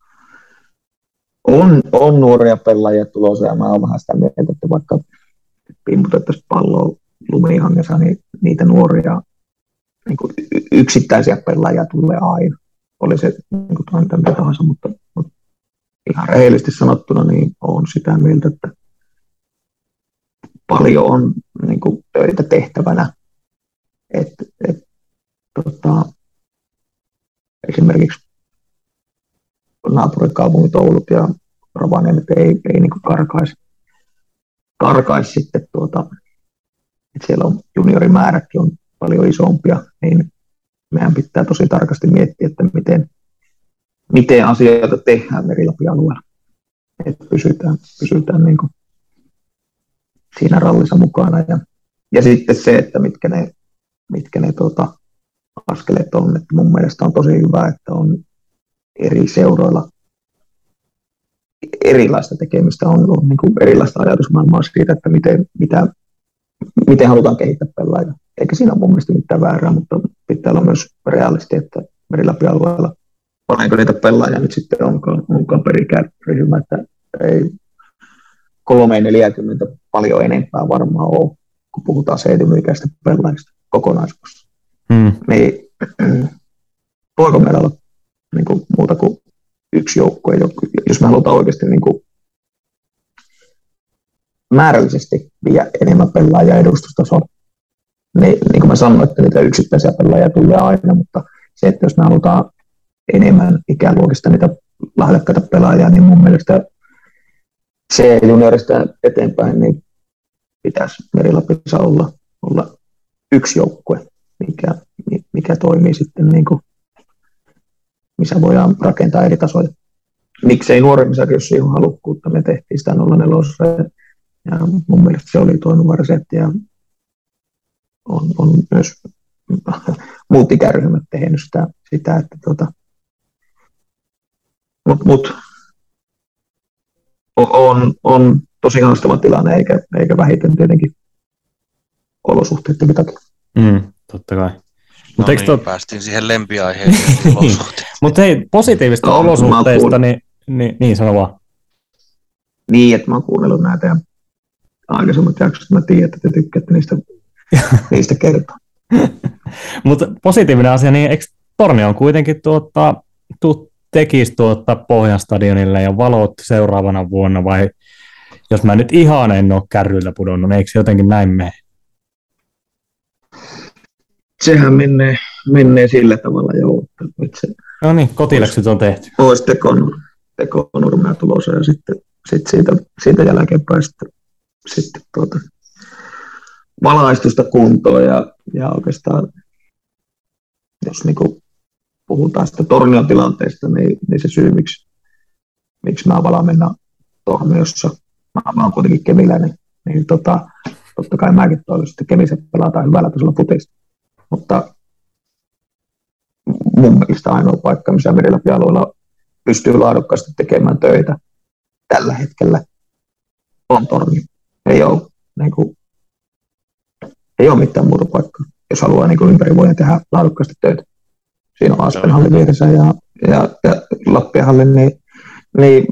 S2: On, on nuoria pelaajia tulossa ja mä oon vähän sitä mieltä, että vaikka pimputettaisiin palloa lumihangessa, niin niitä nuoria niin kuin yksittäisiä pelaajia tulee aina. Oli se niin kuin mitä tahansa, mutta, mutta ihan rehellisesti sanottuna niin on sitä mieltä, että paljon on niin kuin töitä tehtävänä. Et, et, tota, esimerkiksi naapurikaupungit Oulut ja Rovaniemet ei, ei niin kuin karkaisi, karkaisi sitten tuota, että siellä on juniorimäärätkin on paljon isompia, niin meidän pitää tosi tarkasti miettiä, että miten, miten asioita tehdään Meri-Lapin alueella, että pysytään, pysytään niin kuin siinä rallissa mukana. Ja, ja sitten se, että mitkä ne, mitkä ne tuota, askeleet on, että mun mielestä on tosi hyvä, että on eri seuroilla erilaista tekemistä, on, on niin kuin erilaista ajatusmaailmaa siitä, että miten, mitä, miten halutaan kehittää pelaajia. Eikä siinä ole mun mielestä mitään väärää, mutta pitää olla myös realisti, että Meri-Lapin alueella paljonko niitä pelaajia nyt sitten onkaan, onkaan perikäryhmä, että ei kolme neljäkymmentä paljon enempää varmaan ole, kun puhutaan seitsemän-ikäistä pelaajista kokonaisuudessa. Hmm. Niin voiko meillä olla niin kuin, muuta kuin yksi joukkue, jos me halutaan oikeasti niin kuin, määrällisesti vie enemmän pelaajia edustustasolla. Niin, niin kuin mä sanoin, että niitä yksittäisiä pelaajia tulee aina, mutta se, että jos me halutaan enemmän ikäluokista niitä lahjakkaita pelaajia, niin mun mielestä se juniorista eteenpäin, niin pitäisi Meri-Lapissa olla, olla yksi joukkue, mikä, mikä toimii sitten, niin kuin, missä voidaan rakentaa eri tasoja. Miksei nuoremmissakin, jos siihen on halukkuutta, me tehtiin sitä nolla neljä ja mun mielestä se oli toimiva resepti ja on, on myös muut ikäryhmät tehnyt sitä, sitä että tota, mut, mut, on, on tosi haastava tilanne, eikä, eikä vähiten tietenkin olosuhteiden takia.
S1: Mm, totta kai.
S3: No niin, tot... päästiin siihen lempiaiheeseen olosuhteisiin.
S1: Mutta hei, positiivista no, olosuhteista, niin, niin, niin sano vaan.
S2: Niin, että mä oon kuunnellut näitä ja aikaisemmat jaksot, mä tiedän, että te tykkäätte niistä, niistä kertoa.
S1: Mutta positiivinen asia, niin eikö Tornio on kuitenkin tuota, tu, tekisi tuota Pohjanstadionille ja valotti seuraavana vuonna, vai jos mä nyt ihan en ole kärryillä pudonnut, niin eikö se jotenkin näin mene?
S2: Sehän menee, menee sillä tavalla jo. Että se
S1: no niin, kotiläksyt on tehty.
S2: Olisi tekonurmea tulossa ja sitten, sitten siitä, siitä jälkeenpäin sitten, sitten tuota, valaistusta kuntoon ja, ja oikeastaan, jos niin kuin puhutaan sitä Tornion tilanteesta, niin, niin se syy, miksi, miksi mä valaan mennä Torniossa, mä, mä oon kuitenkin kemiläinen, niin tota, totta kai mäkin toivoisin, että Kemissä pelataan hyvällä tasolla futista. Mutta mun mielestä ainoa paikka, missä Meri-Lapin alueella pystyy laadukkaasti tekemään töitä tällä hetkellä on Tornio. Ei ole, niin kuin, ei ole mitään muuta paikkaa, jos haluaa niin ympäri vuoden tehdä laadukkaasti töitä. Siinä on Aspenhalli vieressä ja, ja, ja Lappiahalli, niin, niin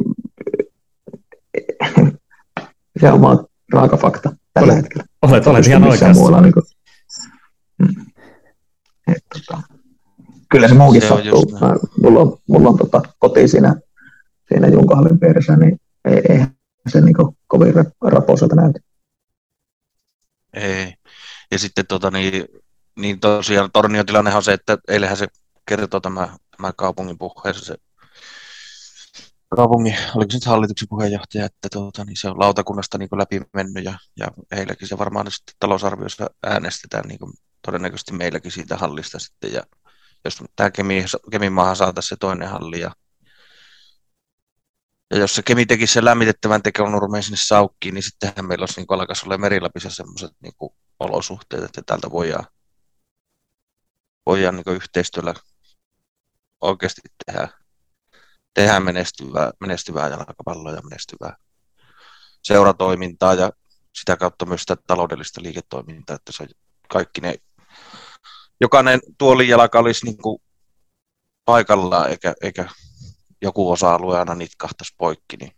S2: se on vaan raaka fakta tällä
S1: olet,
S2: hetkellä.
S1: Olet, olet ihan oikeassa.
S2: Niin kuin, mm. Et, tota, kyllä se muukin se sattuu. Mä, mulla on, mulla on tota, koti siinä, siinä Junkahallin piirissä, niin ei, eihän se niin kuin, kovin rapoiselta näytä.
S3: Ei. Ja sitten tota, niin, niin tosiaan Tornion tilannehan on se, että eilähän se kertoo tämä, tämä kaupungin puheessa se kaupungin, oliko se nyt hallituksen puheenjohtaja, että tuota, niin se on lautakunnasta niin kuin läpi mennyt ja, ja heilläkin se varmaan sitten talousarviossa äänestetään niin kuin todennäköisesti meilläkin siitä hallista sitten ja jos tämä Kemi, Keminmaahan saataisiin se toinen halli ja, ja jos se Kemi tekisi sen lämmitettävän tekonurmeen sinne Saukkiin, niin sittenhän meillä olisi niin alkaisi olla Merilapissa sellaiset niin kuin olosuhteet, että täältä voidaan, voidaan niin kuin yhteistyöllä oikeasti tehdä, tehdä menestyvää, menestyvää jalkapalloa ja menestyvää seuratoimintaa ja sitä kautta myös sitä taloudellista liiketoimintaa, että se on kaikki ne, jokainen tuolijalka olisi niin kuin paikallaan eikä, eikä joku osa-alue aina nitkahtaisi poikki, niin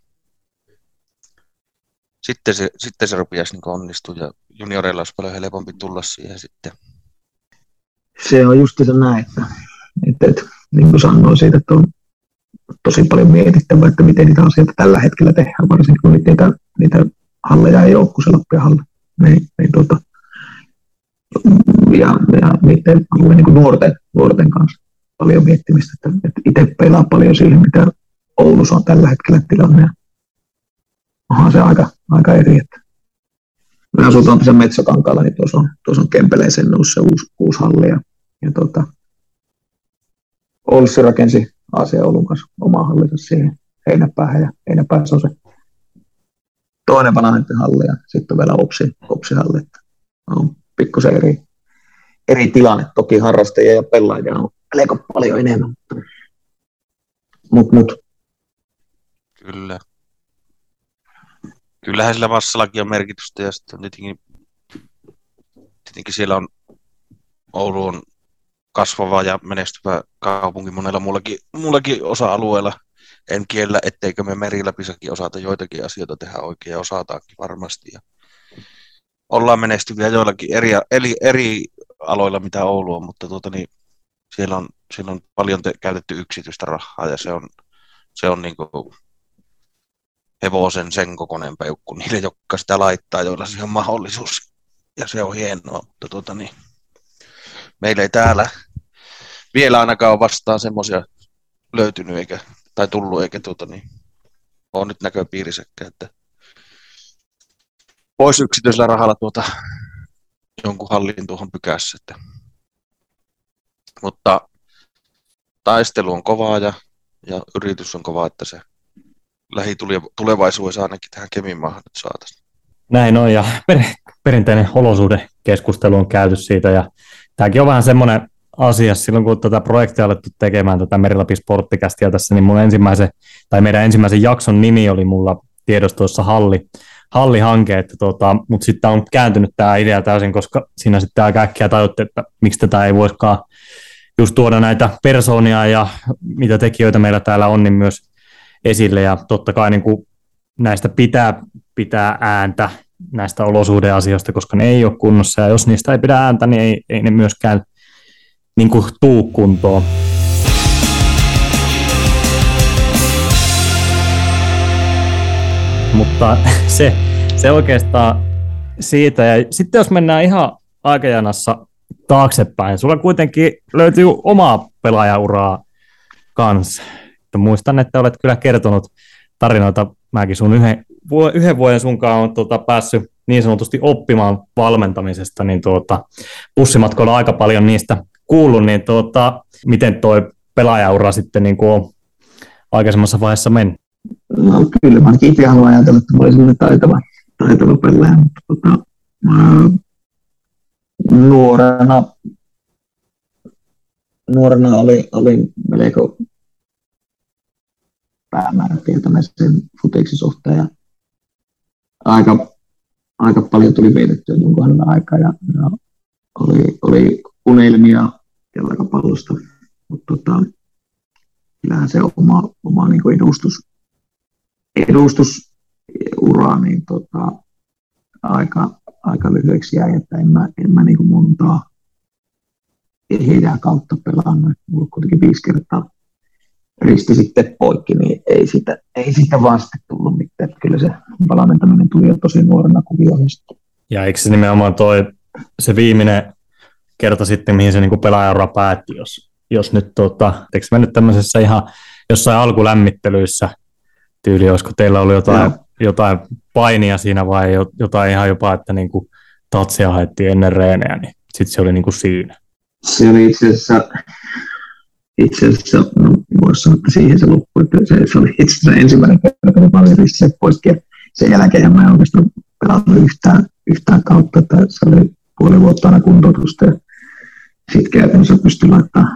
S3: sitten se, sitten se rupiaisi niin onnistua ja junioreilla olisi paljon helpompi tulla siihen sitten.
S2: Se on just se näin, että, että, että niin kuin sanoin siitä, että on tosi paljon mietittävää, että miten niitä asioita tällä hetkellä tehdään, varsinkin kun niitä, niitä halleja ei ole, kun se Lappia halle. Niin, niin, tuota, ja, ja niiden alueen niin nuorten, nuorten kanssa paljon miettimistä, että, että itse pelaa paljon siihen, mitä Oulussa on tällä hetkellä tilanne. Onhan se aika, aika eri. Että me asutaan tässä Metsokankaalla, niin tuossa on, tuossa on Kempeleeseen noussut se uusi, uusi halli. Ja, ja tuota, Oulussa rakensi A C Oulun kanssa omaa hallinsa siihen Heinäpäähän. Ja Heinäpäässä on se toinen vanhempi halli ja sitten on vielä Opsi, Opsi-halli. On pikkusen eri, eri tilanne. Toki harrastajia ja pelaajia on aika paljon enemmän. Mut, mut.
S3: Kyllä. Kyllähän sillä massallakin on merkitystä ja sitten tietenkin, tietenkin siellä on Oulu on kasvava ja menestyvä kaupunki monella muullakin, muullakin osa-alueella. En kiellä, etteikö me Merilapissakin osata joitakin asioita tehdä oikein ja osataankin varmasti. Ja ollaan menestyviä joillakin eri, eri, eri aloilla, mitä Oulu on, mutta tuota, niin siellä, on, siellä on paljon te, käytetty yksityistä rahaa ja se on, se on niin kuin hevosen sen kokoinen peukku niille, jotka sitä laittaa, joilla se on mahdollisuus. Ja se on hienoa, mutta tuota, niin, meillä ei täällä vielä ainakaan ole vastaan semmoisia löytynyt eikä, tai tullut, eikä tuota, niin, ole nyt näköpiirisekään, että voisi yksityisellä rahalla tuota jonkun hallin tuohon pykässä. Että. Mutta taistelu on kovaa ja, ja yritys on kova, että se lähitulevaisuudessa ainakin tähän Keminmaahan nyt saataisiin.
S1: Näin on, ja per, perinteinen olosuhdekeskustelu on käyty siitä, ja tämäkin on vähän semmoinen asia, silloin kun tätä projektia alettu tekemään, tätä Merilapin sporttikästiä tässä, niin mun ensimmäisen, tai meidän ensimmäisen jakson nimi oli mulla tiedostoissa Halli, Halli-hanke, että tota, mutta sitten on kääntynyt tämä idea täysin, koska siinä sitten aika äkkiä tajuttiin, että miksi tätä ei voisikaan just tuoda näitä persoonia ja mitä tekijöitä meillä täällä on, niin myös esille, ja totta kai niin kuin näistä pitää pitää ääntä näistä olosuhdeasioista, koska ne ei ole kunnossa, ja jos niistä ei pidä ääntä, niin ei, ei ne myöskään niin kuin tuu kuntoon. Mutta se, se oikeastaan siitä, ja sitten jos mennään ihan aikajanassa taaksepäin, sulla kuitenkin löytyy omaa pelaajauraa kanssa. Muistan, että olet kyllä kertonut tarinoita, mäkin sun yhden, yhden vuoden sunkaan on tuota, päässyt niin sanotusti oppimaan valmentamisesta, niin tuota, bussimatkoilla aika paljon niistä kuullut, niin tuota, miten toi pelaajaura sitten niin kuin on aikaisemmassa vaiheessa mennyt?
S2: No kyllä, mä ainakin itse haluan ajatella, että mä olin sellainen taitava, taitava pelaaja, mutta tota, nuorena, nuorena oli, oli melko päämäärätietoinen sen futiksen suhteen ja aika, aika paljon tuli vietettyä jonkun aikaa ja, ja oli, oli unelmia jalkapallosta, mutta tota, kyllähän se oma, oma niin kuin edustus, edustusura niin tota, aika, aika lyhyeksi jäi, että en mä, en mä niin kuin montaa heidän kautta pelannut. Mulla kuitenkin viisi kertaa risti sitten poikki, niin ei sitä, ei sitä vaan sitten tullut mitään. Kyllä se valmentaminen tuli jo tosi nuorena kuvioihin.
S1: Ja eikö se nimenomaan toi, se viimeinen kerta sitten, mihin se niin kuin pelaajaura päätti, jos, jos nyt tota, eikö mennyt tämmöisessä ihan jossain alkulämmittelyissä tyyli, olisiko teillä ollut jotain, jotain painia siinä vai jotain ihan jopa, että niin kuin tatsia haettiin ennen reenejä, niin sitten se oli niin kuin siinä.
S2: Se oli itse asiassa, itse asiassa no, voisi sanoa, että siihen se loppui, että se, se oli itse asiassa ensimmäinen kerta, kun mä olin risseet poiskin, ja sen jälkeen mä en oikeastaan pelannut yhtään, yhtään kautta, että se oli puoli vuotta aina kuntoutusta, ja sitten käytännössä pystyi laittamaan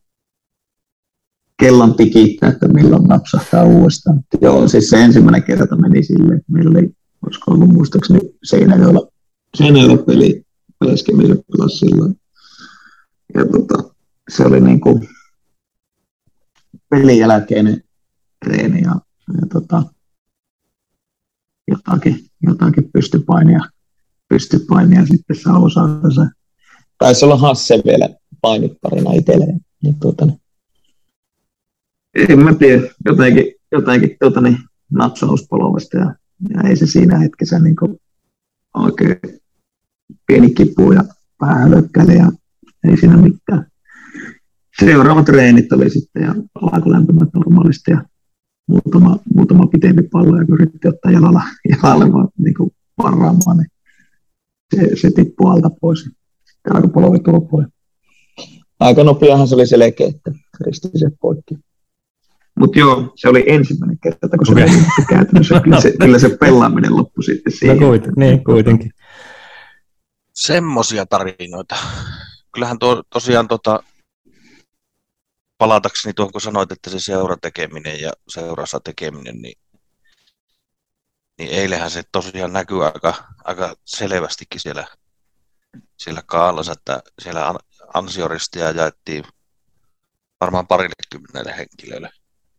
S2: kellan pikittää, että milloin napsahtaa uudestaan. Joo, siis se ensimmäinen kerta meni silleen, että meillä oli, olisiko ollut muistaakseni Seinäjoella, Seinäjoella peli, peleskemisen pelasi silloin. Ja tota, se oli niin kuin pelin jälkeinen treeni ja, ja tota, jotakin, jotakin pystypainia, pystypainia sitten saa osaa. Taisi olla Hasse vielä painitparina itselleen. Ja tuota, en mä tiedä, jotenkin, jotenkin tuota, niin, napsauspolvesta ja, ja ei se siinä hetkessä niin kuin, oikein pieni kipu ja vähän hölkkäili ja ei siinä mitään. Seuraavat treenit oli sitten ja alkulämpimät normaalisti ja muutama, muutama pitempi pallo ja yritti ottaa jalalla, jalalle vaan niin kuin varraamaan, niin se, se tippui alta pois. Sitten alkoi polvi tulla. Aika nopeahan se oli selkeä, että risti se poikki. Mutta joo, se oli ensimmäinen kerta, kun se okay. Oli käytännössä. Kyllä se, kyllä se pelaaminen loppui sitten siihen.
S1: No kuiten, niin, kuitenkin.
S3: Semmoisia tarinoita. Kyllähän tuo, tosiaan tota, palatakseni tuohon, kun sanoit, että se seuratekeminen ja seurassa tekeminen, niin, niin eilenhän se tosiaan näkyy aika, aika selvästikin siellä, siellä kaalassa, että siellä ansioristia jaettiin varmaan parille kymmenelle henkilölle.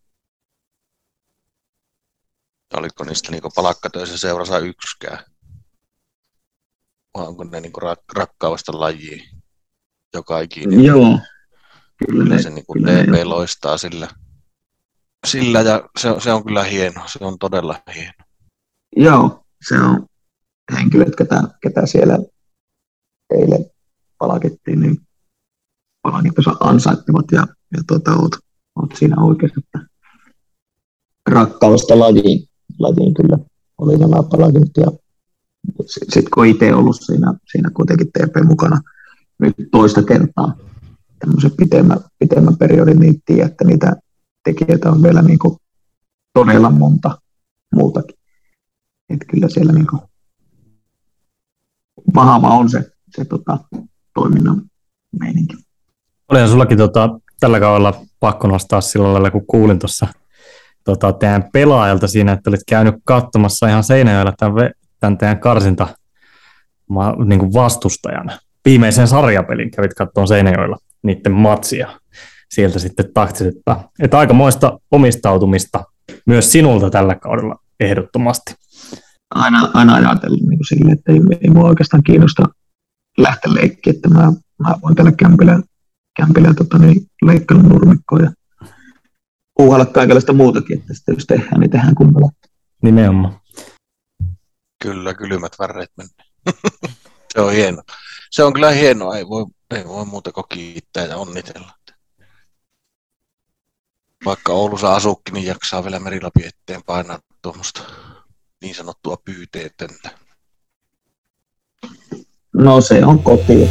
S3: Oliko niistä niinku palkkatöissä seurassa yksikään? Vai onko ne niinku rak- rakkaudesta lajia joka ikinen?
S2: Joo.
S3: Kyllä, kyllä se niinku T P loistaa sillä. Sillä ja se, se on kyllä hieno, se on todella hieno.
S2: Joo, se on henkilöt, ketä, ketä siellä eilen palkittiin, niin palkintonsa ansaittavat ja, ja tuota, oot, oot siinä oikeassa, että rakkausta lajiin, lajiin kyllä oli nämä palkinnot ja sitten kun itse ollut siinä, siinä kuitenkin T P mukana nyt toista kertaa tämmöisen pitemmän, pitemmän periodin, niin tiedä, että niitä tekijöitä on vielä niin kuin todella monta muutakin. Että kyllä siellä niin kuin vahva on se, se tota, toiminnan meininki.
S1: Olihan sullakin tota, tällä kaudella pakko nostaa sillä lailla, kun kuulin tuossa tota, teidän pelaajalta siinä, että olit käynyt katsomassa ihan Seinäjoella tämän, tämän teidän karsinta niin kuin vastustajan. Viimeisen sarjapelin kävit katsomaan Seinäjoella niiden matsia. Sieltä sitten taktiset, että, että aikamoista omistautumista myös sinulta tällä kaudella ehdottomasti.
S2: Aina, aina ajatellut niin kuin sille, että ei, ei mua oikeastaan kiinnosta lähteä leikkiä, että mä, mä voin tällä kämpillä, kämpillä tota, niin, leikkailla nurmikkoa ja puuhalla kaikenlaista muutakin, että sitten jos tehdään, niin tehdään kunnolla.
S1: Nimenomaan.
S3: Kyllä, kylmät väreet mennään. Se on hieno. Se on kyllä hienoa, ei voi, ei voi muuta kuin kiittää ja onnitella. Vaikka Oulussa asukki, niin jaksaa vielä Merilapi eteen painaa tuommoista niin sanottua pyyteetöntä.
S2: No se on koti.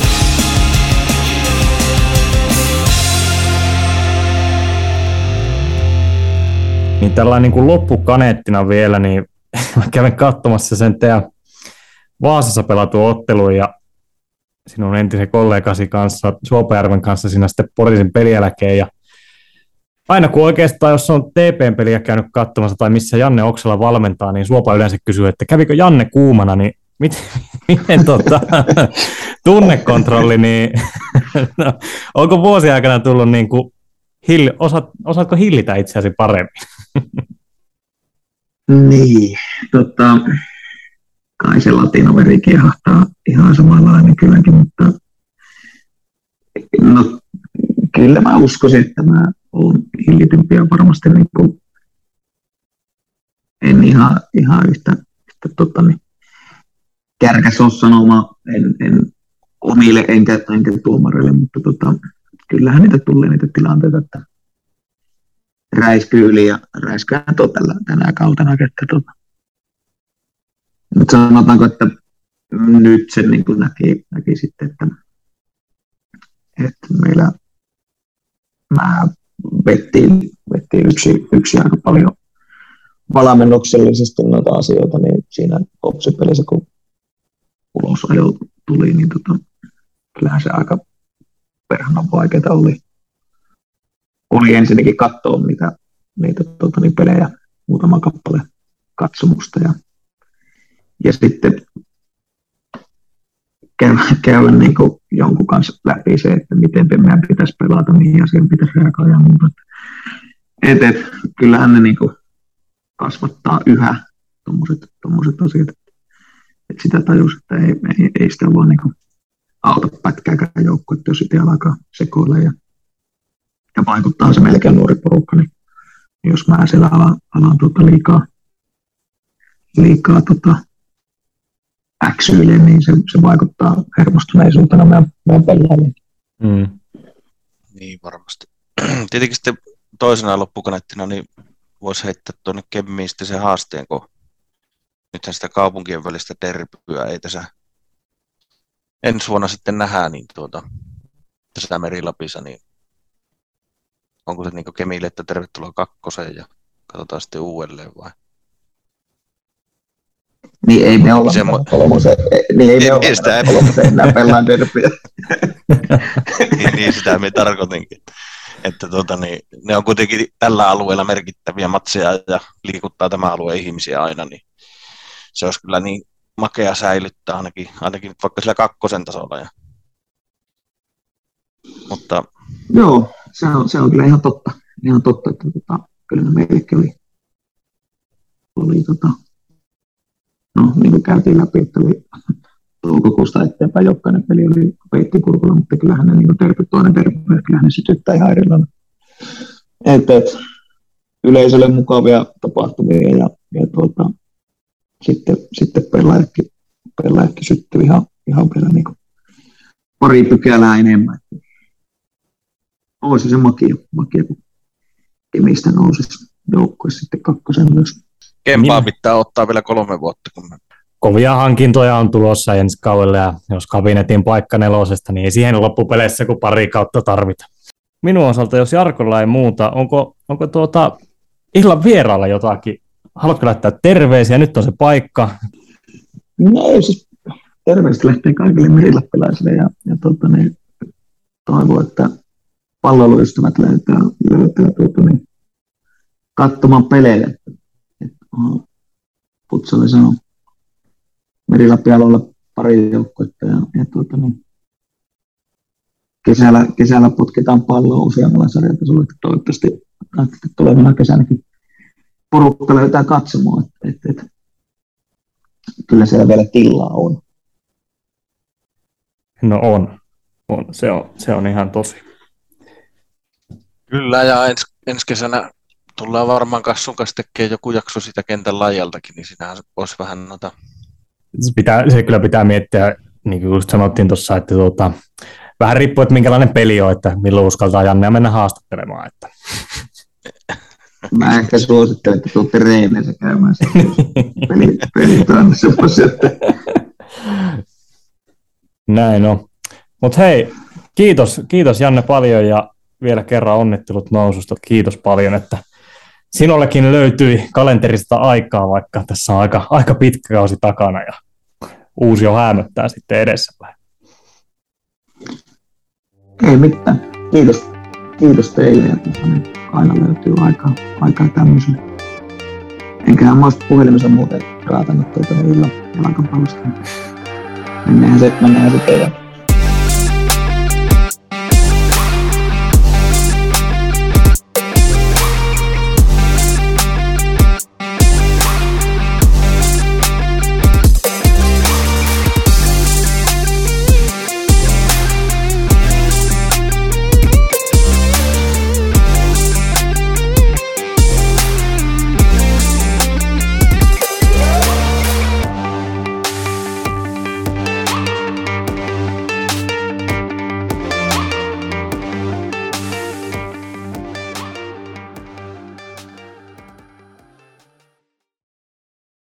S1: Niin tällainen niin kuin loppukaneettina vielä, niin mä kävin katsomassa sen teidän Vaasassa pelatun ottelun ja sinun entisen kollegasi kanssa, Suopajärven kanssa siinä sitten Porisin pelijälkeen. Ja aina kun oikeastaan, jos on T P:n peliä käynyt katsomassa tai missä Janne Oksala valmentaa, niin Suopa yleensä kysyy, että kävikö Janne kuumana, niin miten, miten tota, tunnekontrolli, niin no, onko vuosien aikana tullut niin kuin, hill, osaat, osaatko hillitä itseäsi paremmin?
S2: Niin, tota, kai se latinoveri kiehahtaa ihan samanlainen kylläkin, mutta no, kyllä mä uskoisin, että mä olen hillitympi ja varmasti niin kuin, en ihan, ihan yhtä, yhtä tota, niin, kärkäs ole sanomaan, en, en omille enkä, enkä tuomareille, mutta tota, kyllähän niitä tulee niitä tilanteita, että räiskyy yli ja räiskää tuo tällä, tänä kautena. Että tota. Mutta sanotaanko, että nyt se niin kuin näki, näki sitten, että, että meillä mä vettiin, vettiin yksi, yksi aika paljon valmennuksellisesti noita asioita, niin siinä opsipelissä, kun ulosajo tuli, niin tota, kyllähän se aika perhana vaikeaa oli. Oli ensinnäkin katsoa niitä, niitä tota, niin pelejä, muutama kappale katsomusta ja, ja sitten käydä, käydä niin kuin jonkun kanssa läpi se, että miten meidän pitäisi pelata, mihin asiaan pitäisi reagoida ja muuta. Et, et, kyllähän ne niin kuin kasvattaa yhä tuommoiset asiat. Et sitä tajus, että ei, ei, ei sitä voi niin kuin auta pätkääkään joukkoa, että jos itse alkaa sekoilla ja, ja vaikuttaa se melkein nuori porukka, niin jos mä siellä alan, alan tuota liikaa, liikaa tota, äksyilen, niin se, se vaikuttaa hermostuneisuutena meidän, meidän pelaajille.
S1: Mm.
S3: Niin varmasti. Tietenkin sitten toisena loppukaneettina niin voisi heittää tuonne Kemmiin sitten sen haasteen, kun nythän sitä kaupunkien välistä derbyä ei tässä ensi vuonna sitten nähdään, niin tuota, tässä Merilapissa, niin onko se niin Kemille, että tervetuloa kakkoseen ja katsotaan sitten uudelleen vai?
S2: Niin ei me olla Semmo... kolmoseen, niin ei me olla sitä kolmoseen enää pellaan derbyä.
S3: niin, niin sitä me tarkoitinkin. Että tuota, niin, ne on kuitenkin tällä alueella merkittäviä matseja ja liikuttaa tämä alueen ihmisiä aina, niin se olisi kyllä niin makea säilyttää ainakin, ainakin vaikka sillä kakkosen tasolla. Ja... Mutta...
S2: Joo, se on, se on kyllä ihan totta. Ihan totta, että tota, kyllä meillekin oli, oli tota, no niin kuin käytiin läpi, että oli toukokuusta eteenpäin jokainen peli oli peittikurkulla, mutta kyllähän ne niin terpyt toinen terpyt, kyllähän ne sytyttää ihan erillään. Et, et, yleisölle mukavia tapahtumia ja, ja tuota, sitten, sitten pelaajakin, pelaajakin syttyy ihan, ihan vielä niin kuin pari pykälää enemmän. Olisi se makia, makia kun Kemistä nousisi joukkueessa sitten kakkosen myös.
S3: Kempaa pitää ottaa vielä kolme vuotta. Kun me...
S1: Kovia hankintoja on tulossa ensi kaudella, ja jos kabinetin paikka nelosesta, niin ei siihen loppupeleissä kuin pari kautta tarvita. Minun osalta, jos Jarkolla ei muuta, onko, onko tuota illan vieraalla jotakin? Haluatko lähettää terveisiä? Nyt on se paikka.
S2: No ei siis terveiset lähtee kaikille merilappelaisille ja, ja tuota, niin, toivon, että palloiluystävät löytää, löytää tuota, niin, katsomaan pelejä. Futsalissa on Merilappi-alueella pari joukkuetta ja, ja tuota, niin, kesällä, kesällä potkitaan palloa useammalla sarjatasolla, että toivottavasti, toivottavasti tulevana kesänäkin porukka löytää katsomaan, että, että, että kyllä siellä vielä tilaa on.
S1: No on, on. Se, on se on ihan tosi.
S3: Kyllä, ja ens, ensi kesänä tullaan varmaan sun kanssa tekemään joku jakso sitä kentän laajaltakin, niin siinähän olisi vähän noita...
S1: Se, pitää, se kyllä pitää miettiä, niin kuin just sanottiin tuossa, että tuota, vähän riippuu, että minkälainen peli on, että milloin uskaltaa Janne mennä haastattelemaan. Että.
S2: Mä ehkä suosittelen, että tuutte Reeneensä käymään se peli, peli taannassa.
S1: Näin on. Mutta hei, kiitos, kiitos Janne paljon ja vielä kerran onnittelut noususta. Kiitos paljon, että sinullekin löytyi kalenterista aikaa, vaikka tässä on aika, aika pitkä kausi takana ja uusi jo häämöttää sitten edessäpäin.
S2: Ei mitään. Kiitos. Kiitos teille. Aina löytyy aikaa, aikaa tämmöiselle. Enköhän mä olisit puhelimessa muuten raatannut tuota illan jalkapallosta. Mennään se, mennään se teidän.